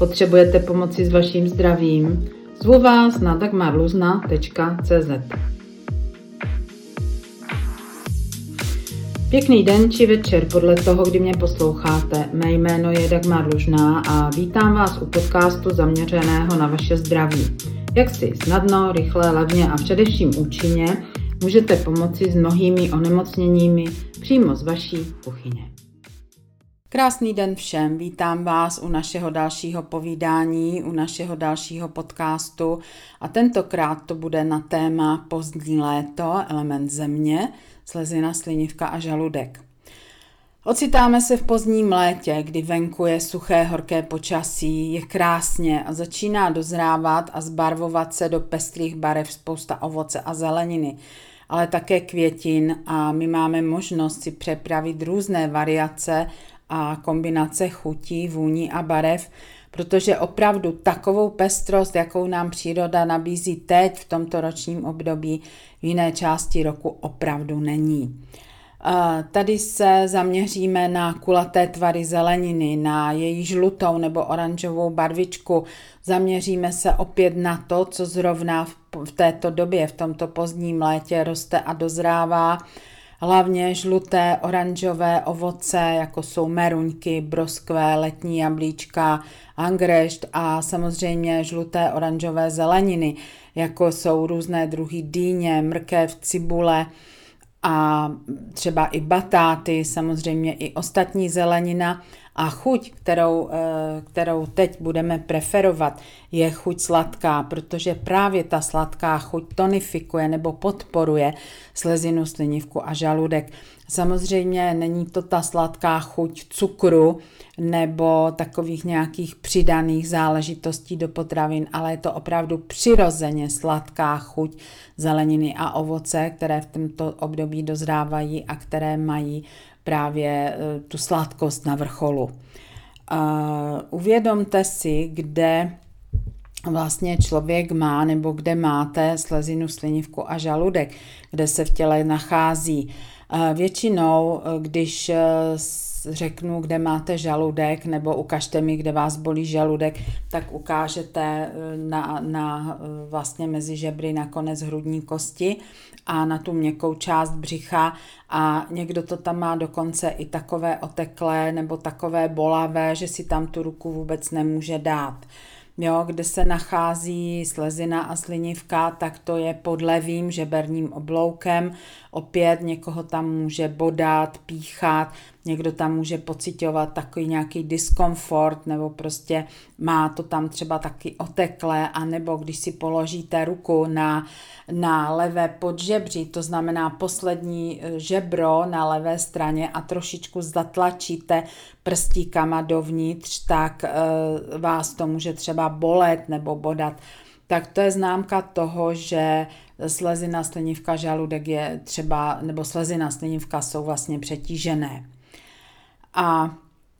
Potřebujete pomoci s vaším zdravím? Zvu vás na dagmarluzna.cz. Pěkný den či večer podle toho, kdy mě posloucháte. Mé jméno je Dagmar Lužná a vítám vás u podcastu zaměřeného na vaše zdraví. Jak si snadno, rychle, levně a především účinně můžete pomoci s mnohými onemocněními přímo z vaší kuchyně. Krásný den všem, vítám vás u našeho dalšího povídání, u našeho dalšího podcastu a tentokrát to bude na téma pozdní léto, element země, slezina, slinivka a žaludek. Ocitáme se v pozdním létě, kdy venku je suché, horké počasí, je krásně a začíná dozrávat a zbarvovat se do pestrých barev spousta ovoce a zeleniny, ale také květin a my máme možnost si přepravit různé variace a kombinace chutí, vůní a barev, protože opravdu takovou pestrost, jakou nám příroda nabízí teď v tomto ročním období, v jiné části roku opravdu není. Tady se zaměříme na kulaté tvary zeleniny, na její žlutou nebo oranžovou barvičku. Zaměříme se opět na to, co zrovna v této době, v tomto pozdním létě roste a dozrává. Hlavně žluté, oranžové ovoce, jako jsou meruňky, broskve, letní jablíčka, angrešť a samozřejmě žluté, oranžové zeleniny, jako jsou různé druhy dýně, mrkev, cibule a třeba i batáty, samozřejmě i ostatní zelenina. A chuť, kterou teď budeme preferovat, je chuť sladká, protože právě ta sladká chuť tonifikuje nebo podporuje slezinu, slinivku a žaludek. Samozřejmě není to ta sladká chuť cukru nebo takových nějakých přidaných záležitostí do potravin, ale je to opravdu přirozeně sladká chuť zeleniny a ovoce, které v tomto období dozrávají a které mají právě tu sladkost na vrcholu. Uvědomte si, kde vlastně člověk má nebo kde máte slezinu, slinivku a žaludek, kde se v těle nachází. Většinou, když řeknu, kde máte žaludek, nebo ukažte mi, kde vás bolí žaludek, tak ukážete na vlastně mezi žebry na konec hrudní kosti a na tu měkkou část břicha a někdo to tam má dokonce i takové oteklé nebo takové bolavé, že si tam tu ruku vůbec nemůže dát. Jo, kde se nachází slezina a slinivka, tak to je pod levým žeberním obloukem. Opět někoho tam může bodat, píchat, někdo tam může pociťovat takový nějaký diskomfort, nebo prostě má to tam třeba taky oteklé, anebo když si položíte ruku na levé podžebří, to znamená poslední žebro na levé straně a trošičku zatlačíte prstíkama dovnitř, tak vás to může třeba bolet nebo bodat. Tak to je známka toho, že slezina, slinivka, žaludek je třeba, nebo slezina, slinivka jsou vlastně přetížené. A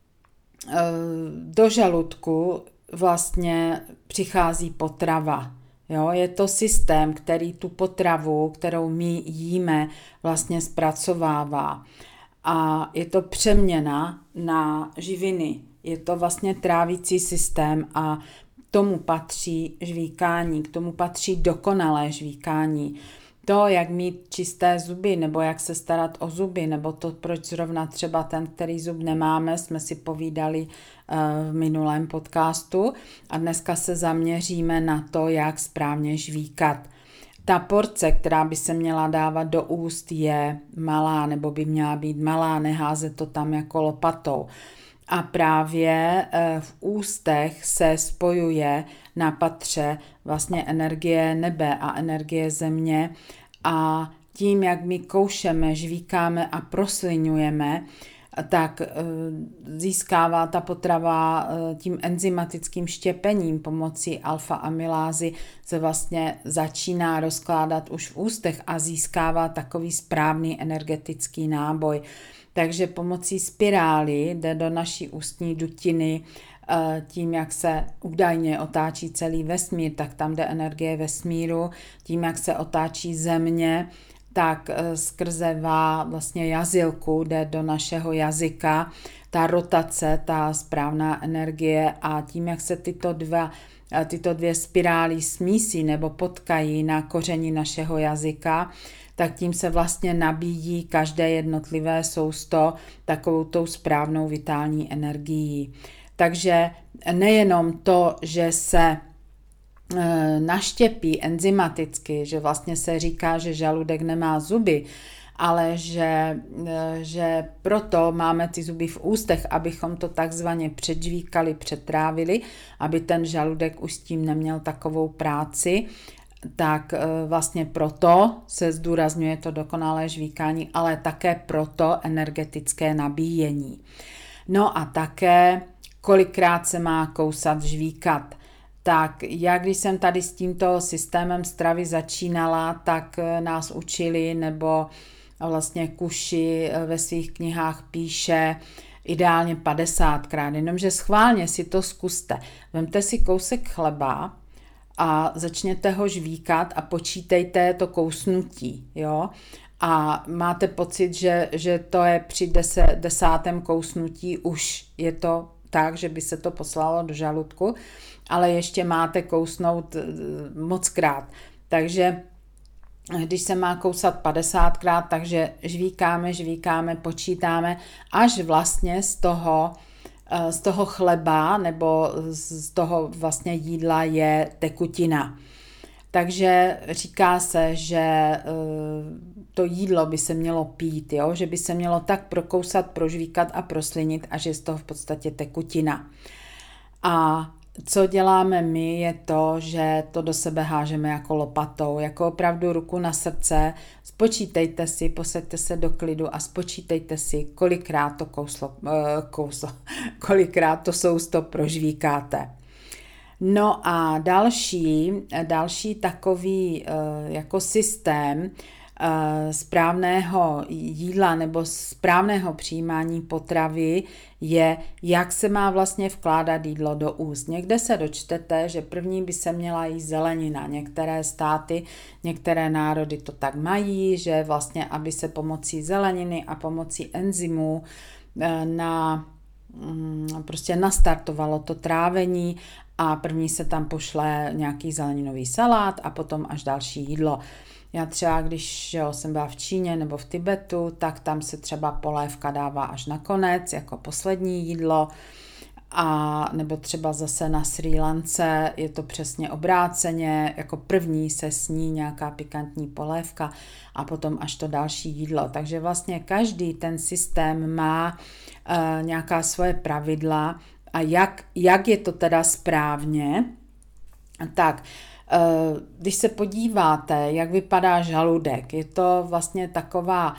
do žaludku vlastně přichází potrava. Jo? Je to systém, který tu potravu, kterou my jíme, vlastně zpracovává. A je to přeměna na živiny. Je to vlastně trávicí systém a tomu patří žvíkání, k tomu patří dokonalé žvíkání. To, jak mít čisté zuby, nebo jak se starat o zuby, nebo to, proč zrovna třeba ten, který zub nemáme, jsme si povídali v minulém podcastu a dneska se zaměříme na to, jak správně žvíkat. Ta porce, která by se měla dávat do úst, je malá, nebo by měla být malá, neházet to tam jako lopatou. A právě v ústech se spojuje na patře vlastně energie nebe a energie země a tím, jak my koušeme, žvíkáme a prosliňujeme, tak získává ta potrava tím enzymatickým štěpením pomocí alfa-amylázy se vlastně začíná rozkládat už v ústech a získává takový správný energetický náboj. Takže pomocí spirály jde do naší ústní dutiny, tím, jak se údajně otáčí celý vesmír, tak tam jde energie vesmíru, tím, jak se otáčí země, tak skrze vlastně jazylku jde do našeho jazyka ta rotace, ta správná energie a tím, jak se tyto dvě spirály smísí nebo potkají na kořeni našeho jazyka, tak tím se vlastně nabíjí každé jednotlivé sousto takovou tou správnou vitální energií. Takže nejenom to, že se naštěpí enzymaticky, že vlastně se říká, že žaludek nemá zuby, ale že proto máme ty zuby v ústech, abychom to takzvaně předžvíkali, přetrávili, aby ten žaludek už s tím neměl takovou práci, tak vlastně proto se zdůrazňuje to dokonalé žvíkání, ale také proto energetické nabíjení. No a také kolikrát se má kousat, žvíkat. Tak já když jsem tady s tímto systémem stravy začínala, tak nás učili, nebo vlastně Kuši ve svých knihách píše ideálně 50krát, jenomže schválně si to zkuste. Vemte si kousek chleba a začněte ho žvíkat a počítejte to kousnutí, jo? A máte pocit, že to je při 10. kousnutí už je to tak, že by se to poslalo do žaludku, ale ještě máte kousnout mockrát. Takže když se má kousat 50krát, takže žvíkáme, počítáme, až vlastně z toho chleba nebo z toho vlastně jídla je tekutina. Takže říká se, že to jídlo by se mělo pít, jo? Že by se mělo tak prokousat, prožvíkat a proslinit, až je z toho v podstatě tekutina. A co děláme my, je to, že to do sebe hážeme jako lopatou, jako opravdu ruku na srdce. Spočítejte si, posaďte se do klidu a spočítejte si, kolikrát to sousto prožvíkáte. No a další takový jako systém správného jídla nebo správného přijímání potravy je, jak se má vlastně vkládat jídlo do úst. Někde se dočtete, že první by se měla jíst zelenina. Některé státy, některé národy to tak mají, že vlastně, aby se pomocí zeleniny a pomocí enzymů prostě nastartovalo to trávení a první se tam pošle nějaký zeleninový salát a potom až další jídlo. Já třeba, když jsem byla v Číně nebo v Tibetu, tak tam se třeba polévka dává až na konec, jako poslední jídlo, a nebo třeba zase na Srí Lance je to přesně obráceně, jako první se sní nějaká pikantní polévka a potom až to další jídlo. Takže vlastně každý ten systém má nějaká svoje pravidla a jak je to teda správně, tak když se podíváte, jak vypadá žaludek, je to vlastně taková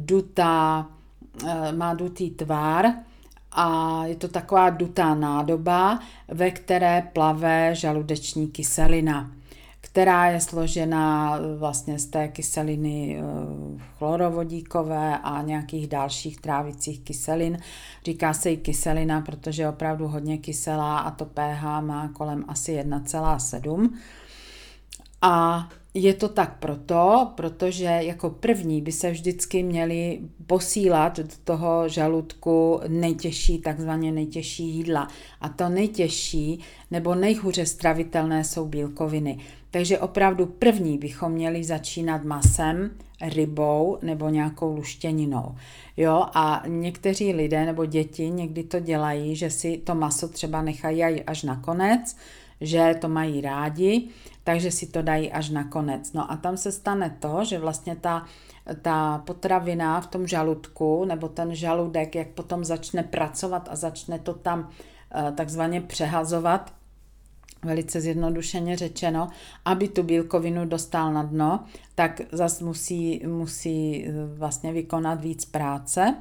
má dutý tvar a je to taková dutá nádoba, ve které plave žaludeční kyselina, která je složená vlastně z té kyseliny chlorovodíkové a nějakých dalších trávicích kyselin. Říká se jí kyselina, protože je opravdu hodně kyselá a to pH má kolem asi 1,7. A je to tak protože jako první by se vždycky měly posílat do toho žaludku takzvaně nejtěžší jídla. A to nejtěžší nebo nejhůře stravitelné jsou bílkoviny. Takže opravdu první bychom měli začínat masem, rybou nebo nějakou luštěninou. Jo? A někteří lidé nebo děti někdy to dělají, že si to maso třeba nechají až na konec, že to mají rádi, takže si to dají až na konec. No a tam se stane to, že vlastně ta potravina v tom žaludku nebo ten žaludek, jak potom začne pracovat a začne to tam takzvaně přehazovat, velice zjednodušeně řečeno, aby tu bílkovinu dostal na dno, tak zas musí vlastně vykonat víc práce.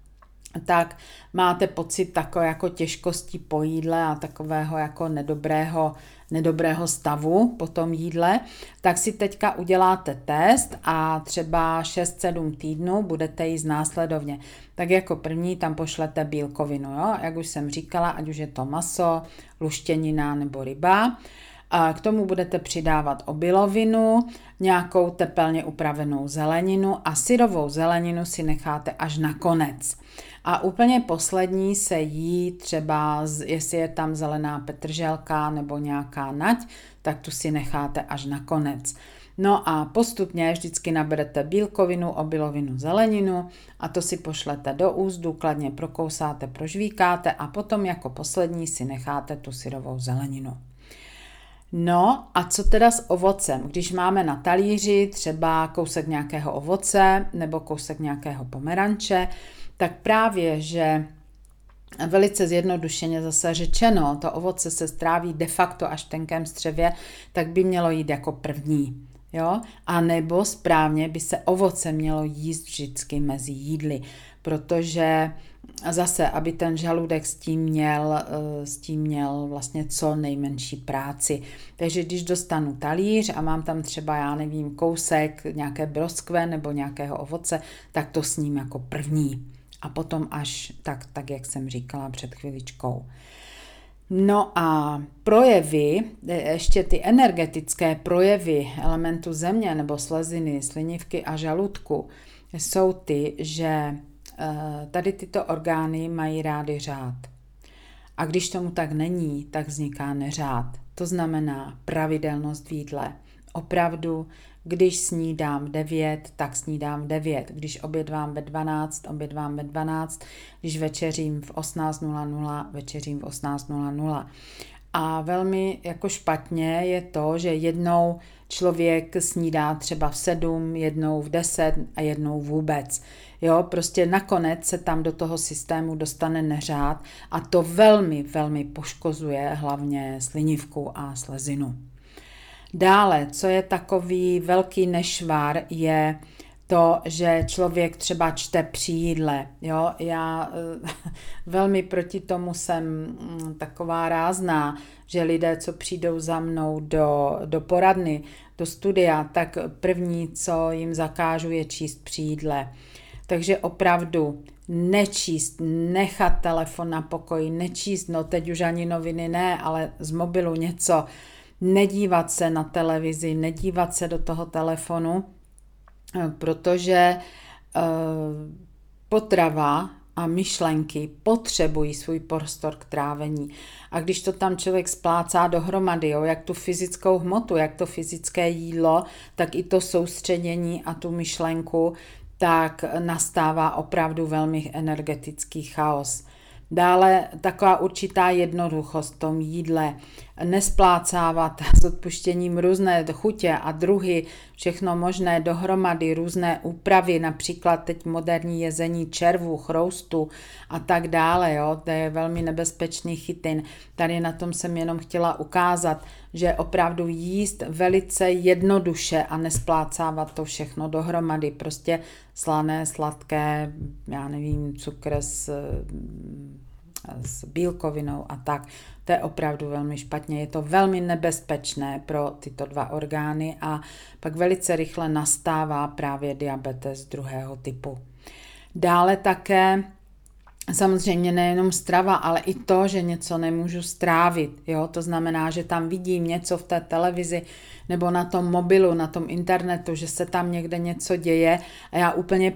Tak máte pocit takové jako těžkosti po jídle a takového jako nedobrého stavu po tom jídle, tak si teďka uděláte test a třeba 6-7 týdnů budete jíst následovně. Tak jako první tam pošlete bílkovinu, jo? Jak už jsem říkala, ať už je to maso, luštěnina nebo ryba. K tomu budete přidávat obilovinu, nějakou tepelně upravenou zeleninu a syrovou zeleninu si necháte až na konec. A úplně poslední se jí třeba, jestli je tam zelená petrželka nebo nějaká nať, tak tu si necháte až na konec. No a postupně vždycky naberete bílkovinu, obilovinu, zeleninu a to si pošlete do úst, důkladně prokousáte, prožvíkáte a potom jako poslední si necháte tu syrovou zeleninu. No a co teda s ovocem? Když máme na talíři třeba kousek nějakého ovoce nebo kousek nějakého pomeranče, tak právě, že velice zjednodušeně zase řečeno, to ovoce se stráví de facto až v tenkém střevě, tak by mělo jít jako první. Jo? A nebo správně by se ovoce mělo jíst vždycky mezi jídly, protože zase, aby ten žaludek s tím měl vlastně co nejmenší práci. Takže když dostanu talíř a mám tam třeba, já nevím, kousek nějaké broskve nebo nějakého ovoce, tak to sním jako první. A potom až tak jak jsem říkala před chviličkou. No a projevy, ještě ty energetické projevy elementu země nebo sleziny, slinivky a žaludku jsou ty, že tady tyto orgány mají rády řád. A když tomu tak není, tak vzniká neřád. To znamená pravidelnost v jídle. Opravdu, když snídám v 9, tak snídám v 9. Když obědvám ve 12, obědvám ve 12. Když večeřím v 18:00, večeřím v 18:00. A velmi jako špatně je to, že jednou člověk snídá třeba v 7, jednou v 10 a jednou vůbec. Jo, prostě nakonec se tam do toho systému dostane neřád a to velmi, velmi poškozuje hlavně slinivku a slezinu. Dále, co je takový velký nešvar, je to, že člověk třeba čte při jídle. Jo? Já velmi proti tomu jsem taková rázná, že lidé, co přijdou za mnou do poradny, do studia, tak první, co jim zakážu, je číst při jídle. Takže opravdu nečíst, nechat telefon na pokoji, nečíst, no teď už ani noviny ne, ale z mobilu něco, nedívat se na televizi, nedívat se do toho telefonu, protože potrava a myšlenky potřebují svůj prostor k trávení. A když to tam člověk splácá dohromady, jo, jak tu fyzickou hmotu, jak to fyzické jídlo, tak i to soustředění a tu myšlenku, tak nastává opravdu velmi energetický chaos. Dále taková určitá jednoduchost v tom jídle, nesplácávat s odpuštěním různé chutě a druhy, všechno možné dohromady, různé úpravy, například teď moderní jezení červů, chroustu a tak dále. Jo? To je velmi nebezpečný chytin. Tady na tom jsem jenom chtěla ukázat, že opravdu jíst velice jednoduše a nesplácávat to všechno dohromady. Prostě slané, sladké, já nevím, cukr s bílkovinou a tak. To je opravdu velmi špatně. Je to velmi nebezpečné pro tyto dva orgány a pak velice rychle nastává právě diabetes druhého typu. Dále také samozřejmě nejenom strava, ale i to, že něco nemůžu strávit. Jo? To znamená, že tam vidím něco v té televizi nebo na tom mobilu, na tom internetu, že se tam někde něco děje a já úplně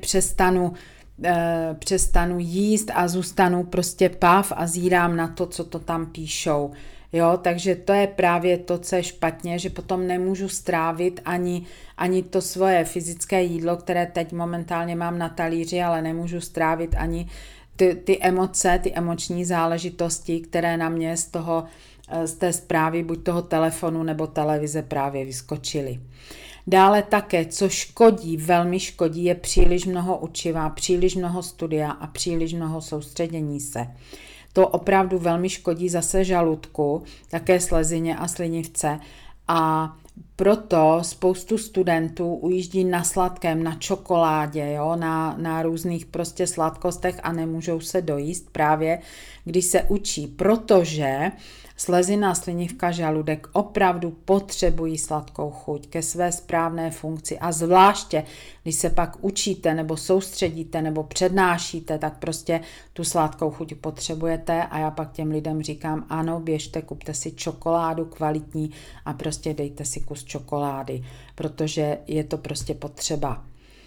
přestanu jíst a zůstanu prostě pav a zírám na to, co to tam píšou. Jo, takže to je právě to, co je špatně, že potom nemůžu strávit ani to svoje fyzické jídlo, které teď momentálně mám na talíři, ale nemůžu strávit ani ty emoce, ty emoční záležitosti, které na mě z té zprávy buď toho telefonu nebo televize právě vyskočily. Dále také, co škodí, velmi škodí, je příliš mnoho učiva, příliš mnoho studia a příliš mnoho soustředění se. To opravdu velmi škodí zase žaludku, také slezině a slinivce a Proto spoustu studentů ujíždí na sladkém, na čokoládě, jo, na různých prostě sladkostech a nemůžou se dojíst právě, když se učí, protože slezina, slinivka, žaludek opravdu potřebují sladkou chuť ke své správné funkci a zvláště, když se pak učíte nebo soustředíte nebo přednášíte, tak prostě tu sladkou chuť potřebujete a já pak těm lidem říkám, ano, běžte, kupte si čokoládu kvalitní a prostě dejte si kus čokolády, protože je to prostě potřeba.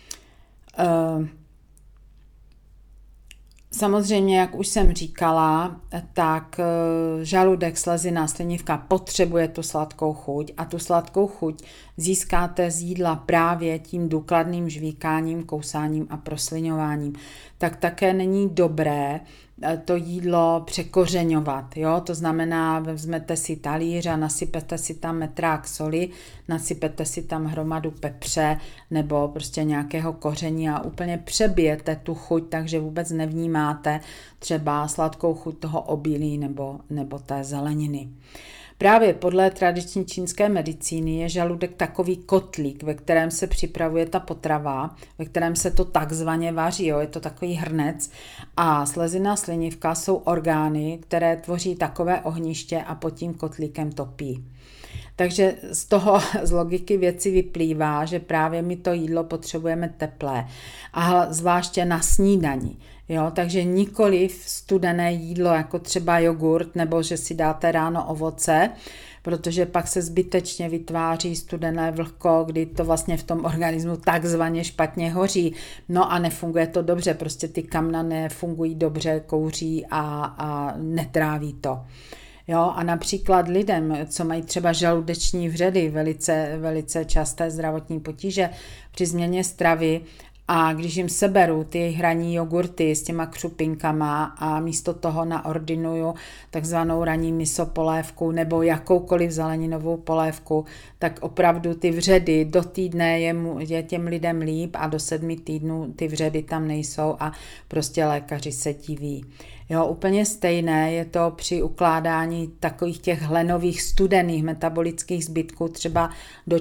Samozřejmě, jak už jsem říkala, tak žaludek, slezina, slinivka potřebuje tu sladkou chuť a tu sladkou chuť získáte z jídla právě tím důkladným žvíkáním, kousáním a prosliňováním. Tak také není dobré to jídlo překořeňovat. Jo? To znamená, vezmete si talíř a nasypete si tam metrák soli, nasypete si tam hromadu pepře nebo prostě nějakého koření a úplně přebijete tu chuť, takže vůbec nevnímáte třeba sladkou chuť toho obilí nebo té zeleniny. Právě podle tradiční čínské medicíny je žaludek takový kotlík, ve kterém se připravuje ta potrava, ve kterém se to takzvaně vaří, jo? Je to takový hrnec a slezina, slinivka jsou orgány, které tvoří takové ohniště a pod tím kotlíkem topí. Takže z logiky věci vyplývá, že právě my to jídlo potřebujeme teplé a zvláště na snídani. Jo, takže nikoliv studené jídlo, jako třeba jogurt, nebo že si dáte ráno ovoce, protože pak se zbytečně vytváří studené vlhko, kdy to vlastně v tom organismu takzvaně špatně hoří. No a nefunguje to dobře, prostě ty kamna nefungují dobře, kouří a netráví to. Jo, a například lidem, co mají třeba žaludeční vředy, velice časté zdravotní potíže při změně stravy, a když jim seberu ty hraní jogurty s těma křupinkama a místo toho naordinuju takzvanou ranní miso polévku nebo jakoukoliv zeleninovou polévku, tak opravdu ty vředy do týdne je těm lidem líp a do 7 týdnů ty vředy tam nejsou a prostě lékaři se diví. Jo, úplně stejné je to při ukládání takových těch hlenových studených metabolických zbytků třeba do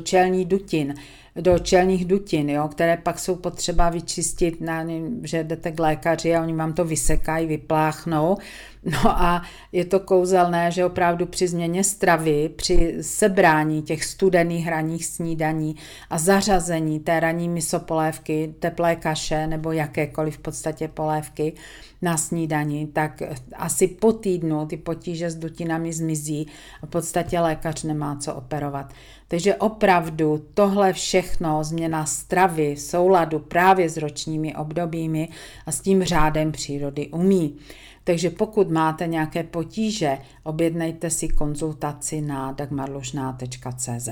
čelních dutin, jo, které pak jsou potřeba vyčistit, že jdete k lékaři a oni vám to vysekají, vypláchnou. No a je to kouzelné, že opravdu při změně stravy, při sebrání těch studených ranních snídaní a zařazení té ranní miso polévky, teplé kaše nebo jakékoliv v podstatě polévky na snídani, tak asi po týdnu ty potíže s dutinami zmizí a v podstatě lékař nemá co operovat. Takže opravdu tohle všechno, změna stravy v souladu právě s ročními obdobími a s tím řádem přírody umí. Takže pokud máte nějaké potíže, objednejte si konzultaci na dagmarlužná.cz.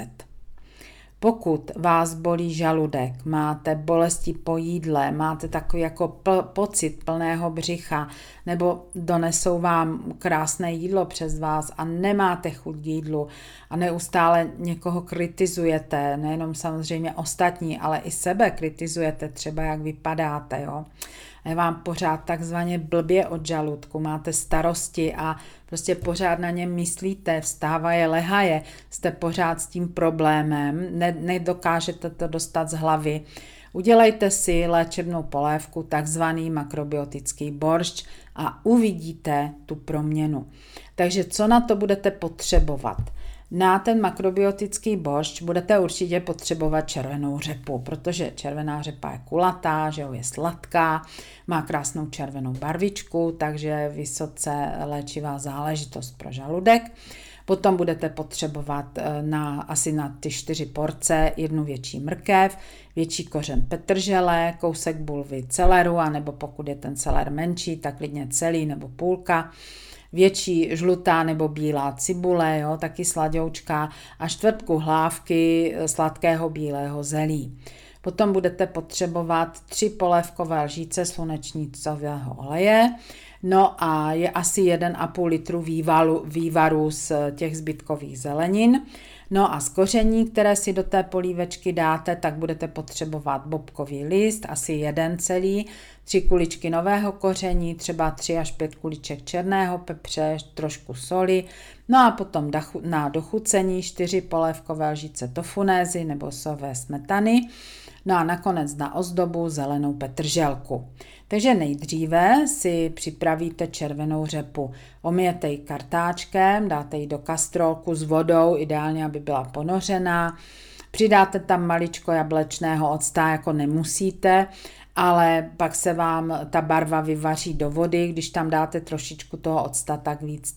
Pokud vás bolí žaludek, máte bolesti po jídle, máte takový jako pocit plného břicha, nebo donesou vám krásné jídlo přes vás a nemáte chuť k jídlu a neustále někoho kritizujete, nejenom samozřejmě ostatní, ale i sebe kritizujete, třeba jak vypadáte, jo. Je vám pořád takzvaně blbě od žaludku, máte starosti a prostě pořád na něm myslíte, vstávaje, lehaje, jste pořád s tím problémem, nedokážete to dostat z hlavy. Udělejte si léčebnou polévku, takzvaný makrobiotický boršč a uvidíte tu proměnu. Takže co na to budete potřebovat? Na ten makrobiotický boršč budete určitě potřebovat červenou řepu, protože červená řepa je kulatá, že je sladká, má krásnou červenou barvičku, takže vysoce léčivá záležitost pro žaludek. Potom budete potřebovat asi na ty 4 porce 1 větší mrkev, větší kořen petržele, kousek bulvy celeru, anebo pokud je ten celer menší, tak klidně celý nebo půlka, větší žlutá nebo bílá cibule, jo, taky sladoučka a 1/4 hlávky sladkého bílého zelí. Potom budete potřebovat 3 polévkové lžíce slunečnicového oleje, No a je asi 1,5 litru vývaru z těch zbytkových zelenin. No a z koření, které si do té polívečky dáte, tak budete potřebovat bobkový list, asi 1 celý, 3 kuličky nového koření, třeba 3 až 5 kuliček černého pepře, trošku soli, no a potom na dochucení 4 polévkové lžíce tofunézy nebo sojové smetany, no a nakonec na ozdobu zelenou petrželku. Takže nejdříve si připravíte červenou řepu. Omijete ji kartáčkem, dáte ji do kastrolku s vodou, ideálně, aby byla ponořená. Přidáte tam maličko jablečného octa, jako nemusíte, ale pak se vám ta barva vyvaří do vody. Když tam dáte trošičku toho octa, tak víc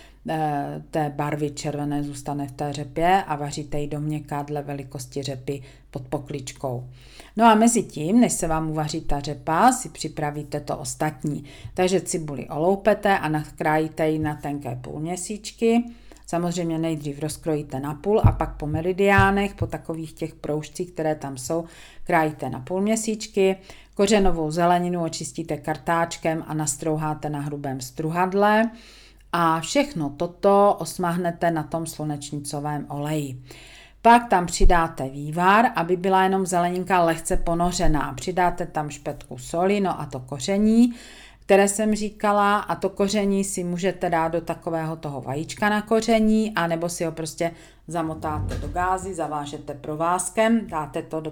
té barvy červené zůstane v té řepě a vaříte ji do měkká dle velikosti řepy pod pokličkou. No a mezi tím, než se vám uvaří ta řepa, si připravíte to ostatní. Takže cibuli oloupete a nakrájíte ji na tenké půlměsíčky. Samozřejmě nejdřív rozkrojíte na půl a pak po meridiánech, po takových těch proužcích, které tam jsou, krájíte na půlměsíčky. Kořenovou zeleninu očistíte kartáčkem a nastrouháte na hrubém struhadle. A všechno toto osmahnete na tom slunečnicovém oleji. Pak tam přidáte vývar, aby byla jenom zeleninka lehce ponořená. Přidáte tam špetku soli, no a to koření, které jsem říkala, a to koření si můžete dát do takového toho vajíčka na koření, anebo si ho prostě zamotáte do gázy, zavážete provázkem, dáte to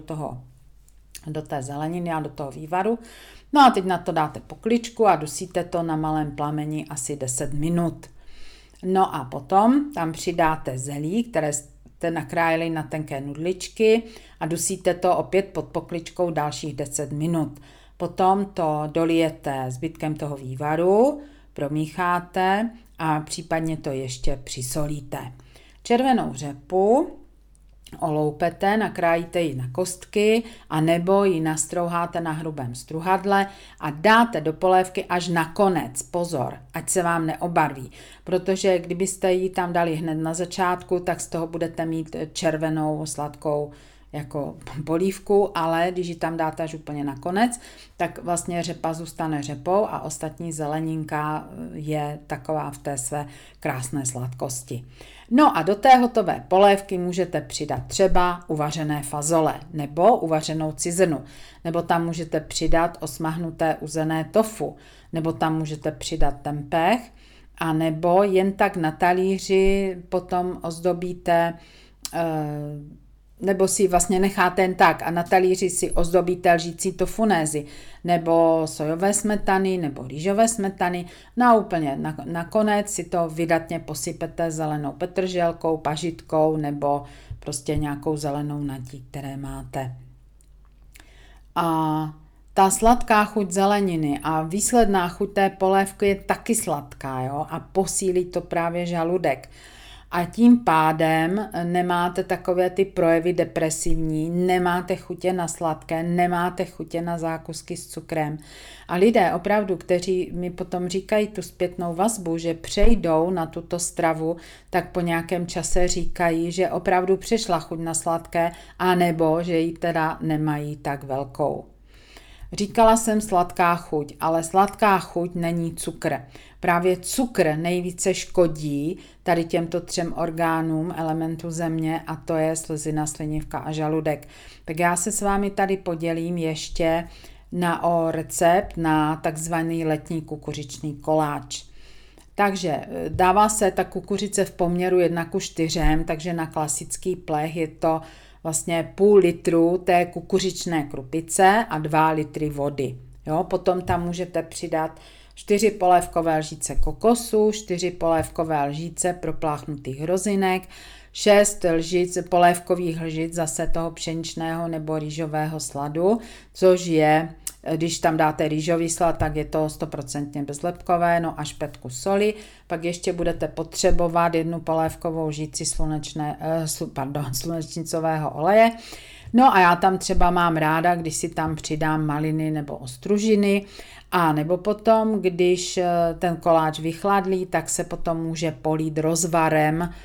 do té zeleniny a do toho vývaru. No a teď na to dáte pokličku a dusíte to na malém plameni asi 10 minut. No a potom tam přidáte zelí, které jste nakrájeli na tenké nudličky a dusíte to opět pod pokličkou dalších 10 minut. Potom to dolijete zbytkem toho vývaru, promícháte a případně to ještě přisolíte. Červenou řepu oloupete, nakrájíte ji na kostky a nebo ji nastrouháte na hrubém struhadle a dáte do polévky až na konec. Pozor, ať se vám neobarví, protože kdybyste ji tam dali hned na začátku, tak z toho budete mít červenou sladkou jako polívku, ale když ji tam dáte až úplně na konec, tak vlastně řepa zůstane řepou a ostatní zeleninka je taková v té své krásné sladkosti. No a do té hotové polévky můžete přidat třeba uvařené fazole nebo uvařenou cizrnu, nebo tam můžete přidat osmahnuté uzené tofu, nebo tam můžete přidat tempeh, a nebo jen tak na talíři potom ozdobíte nebo si vlastně necháte jen tak a na talíři si ozdobíte lžící tofunézy, nebo sojové smetany, nebo rýžové smetany. No a úplně nakonec si to vydatně posypete zelenou petrželkou, pažitkou, nebo prostě nějakou zelenou natí, které máte. A ta sladká chuť zeleniny a výsledná chuť té polévky je taky sladká, jo? A posílí to právě žaludek. A tím pádem nemáte takové ty projevy depresivní, nemáte chutě na sladké, nemáte chutě na zákusky s cukrem. A lidé opravdu, kteří mi potom říkají tu zpětnou vazbu, že přejdou na tuto stravu, tak po nějakém čase říkají, že opravdu přišla chuť na sladké, anebo že ji teda nemají tak velkou. Říkala jsem sladká chuť, ale sladká chuť není cukr. Právě cukr nejvíce škodí tady těmto 3 orgánům elementu země, a to je slezina, slinivka a žaludek. Tak já se s vámi tady podělím ještě o recept na takzvaný letní kukuřičný koláč. Takže dává se ta kukuřice v poměru 1:4, takže na klasický plech je to vlastně půl litru té kukuřičné krupice a 2 litry vody. Jo, potom tam můžete přidat 4 polévkové lžíce kokosu, 4 polévkové lžíce propláchnutých hrozinek, 6 polévkových lžic zase toho pšeničného nebo rýžového sladu, což je, když tam dáte rýžový slad, tak je to 100% bezlepkové, no a špetku soli. Pak ještě budete potřebovat 1 polévkovou lžíci slunečnicového oleje. No a já tam třeba mám ráda, když si tam přidám maliny nebo ostružiny, a nebo potom, když ten koláč vychladlí, tak se potom může polít rozvarem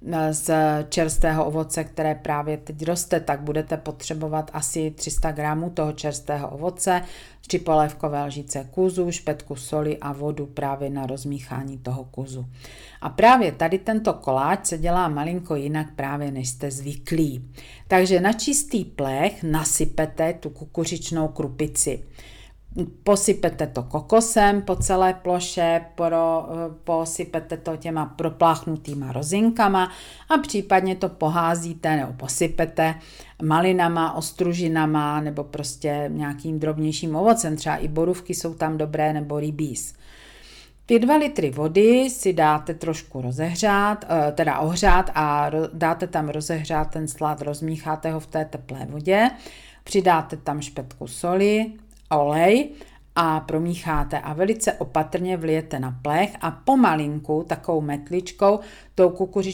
z čerstvého ovoce, které právě teď roste, tak budete potřebovat asi 300 gramů toho čerstvého ovoce, 3 polévkové lžíce kuzu, špetku soli a vodu právě na rozmíchání toho kuzu. A právě tady tento koláč se dělá malinko jinak právě než jste zvyklí. Takže na čistý plech nasypete tu kukuřičnou krupici. Posypete to kokosem po celé ploše, posypete to těma propláchnutýma rozinkama a případně to poházíte nebo posypete malinama, ostružinama nebo prostě nějakým drobnějším ovocem, třeba i borůvky jsou tam dobré nebo rybíz. Ty 2 litry vody si dáte trošku ohřát a dáte tam rozehřát ten slad, rozmícháte ho v té teplé vodě, přidáte tam špetku soli, olej a promícháte a velice opatrně vlijete na plech a pomalinku takovou metličkou tu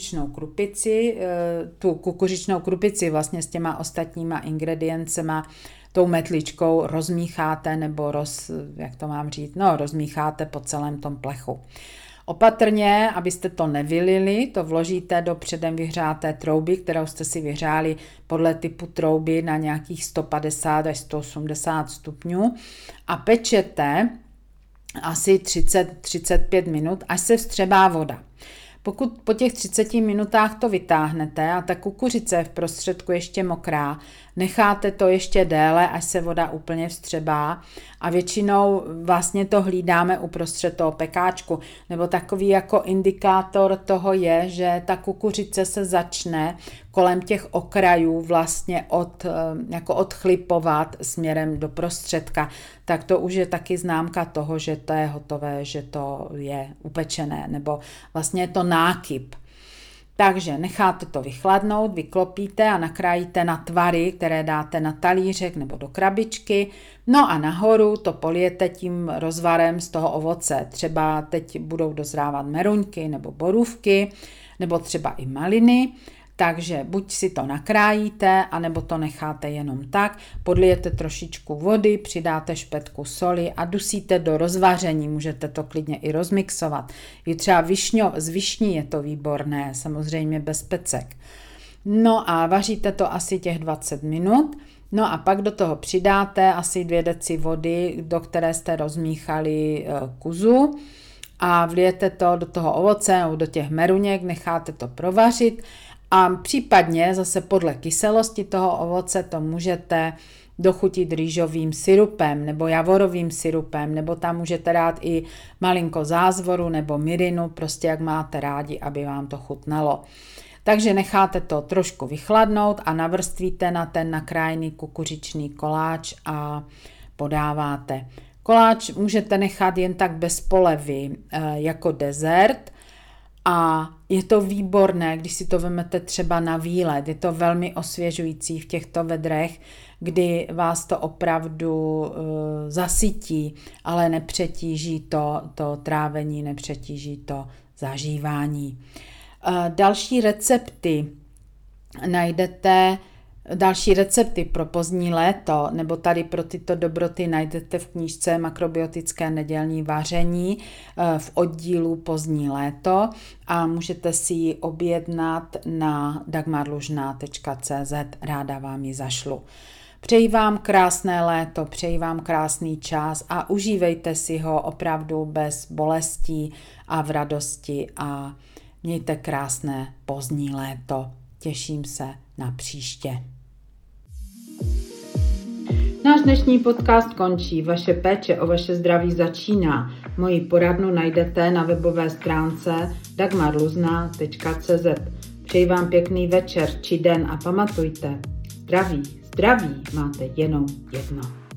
kukuřičnou krupici vlastně s těma ostatníma ingrediencema tou metličkou rozmícháte nebo rozmícháte po celém tom plechu. Opatrně, abyste to nevylili, to vložíte do předem vyhřáté trouby, kterou jste si vyhřáli podle typu trouby na nějakých 150 až 180 stupňů a pečete asi 30-35 minut, až se vstřebá voda. Pokud po těch 30 minutách to vytáhnete a ta kukuřice je v prostředku ještě mokrá, necháte to ještě déle, až se voda úplně vstřebá a většinou vlastně to hlídáme uprostřed toho pekáčku, nebo takový jako indikátor toho je, že ta kukuřice se začne kolem těch okrajů vlastně odchlipovat směrem do prostředka, tak to už je taky známka toho, že to je hotové, že to je upečené, nebo vlastně je to nákyp. Takže necháte to vychladnout, vyklopíte a nakrájíte na tvary, které dáte na talířek nebo do krabičky. No a nahoru to polijete tím rozvarem z toho ovoce. Třeba teď budou dozrávat meruňky nebo borůvky, nebo třeba i maliny. Takže buď si to nakrájíte, anebo to necháte jenom tak, podlijete trošičku vody, přidáte špetku soli a dusíte do rozvaření, můžete to klidně i rozmixovat. I třeba z višní je to výborné, samozřejmě bez pecek. No a vaříte to asi těch 20 minut, no a pak do toho přidáte asi 2 deci vody, do které jste rozmíchali kuzu a vlijete to do toho ovoce nebo do těch meruněk, necháte to provařit. A případně zase podle kyselosti toho ovoce to můžete dochutit rýžovým syrupem nebo javorovým syrupem, nebo tam můžete dát i malinko zázvoru nebo mirinu, prostě jak máte rádi, aby vám to chutnalo. Takže necháte to trošku vychladnout a navrstvíte na ten nakrájený kukuřičný koláč a podáváte. Koláč můžete nechat jen tak bez polevy jako dezert, a je to výborné, když si to vezmete třeba na výlet. Je to velmi osvěžující v těchto vedrech, kdy vás to opravdu zasytí, ale nepřetíží to trávení, nepřetíží to zažívání. Další recepty pro pozdní léto nebo tady pro tyto dobroty najdete v knížce Makrobiotické nedělní vaření v oddílu Pozdní léto a můžete si ji objednat na dagmarlužná.cz, ráda vám ji zašlu. Přeji vám krásné léto, přeji vám krásný čas a užívejte si ho opravdu bez bolestí a v radosti a mějte krásné pozdní léto. Těším se na příště. Náš dnešní podcast končí. Vaše péče o vaše zdraví začíná. Moji poradnu najdete na webové stránce dagmarluzna.cz. Přeji vám pěkný večer či den a pamatujte, zdraví máte jenom jedno.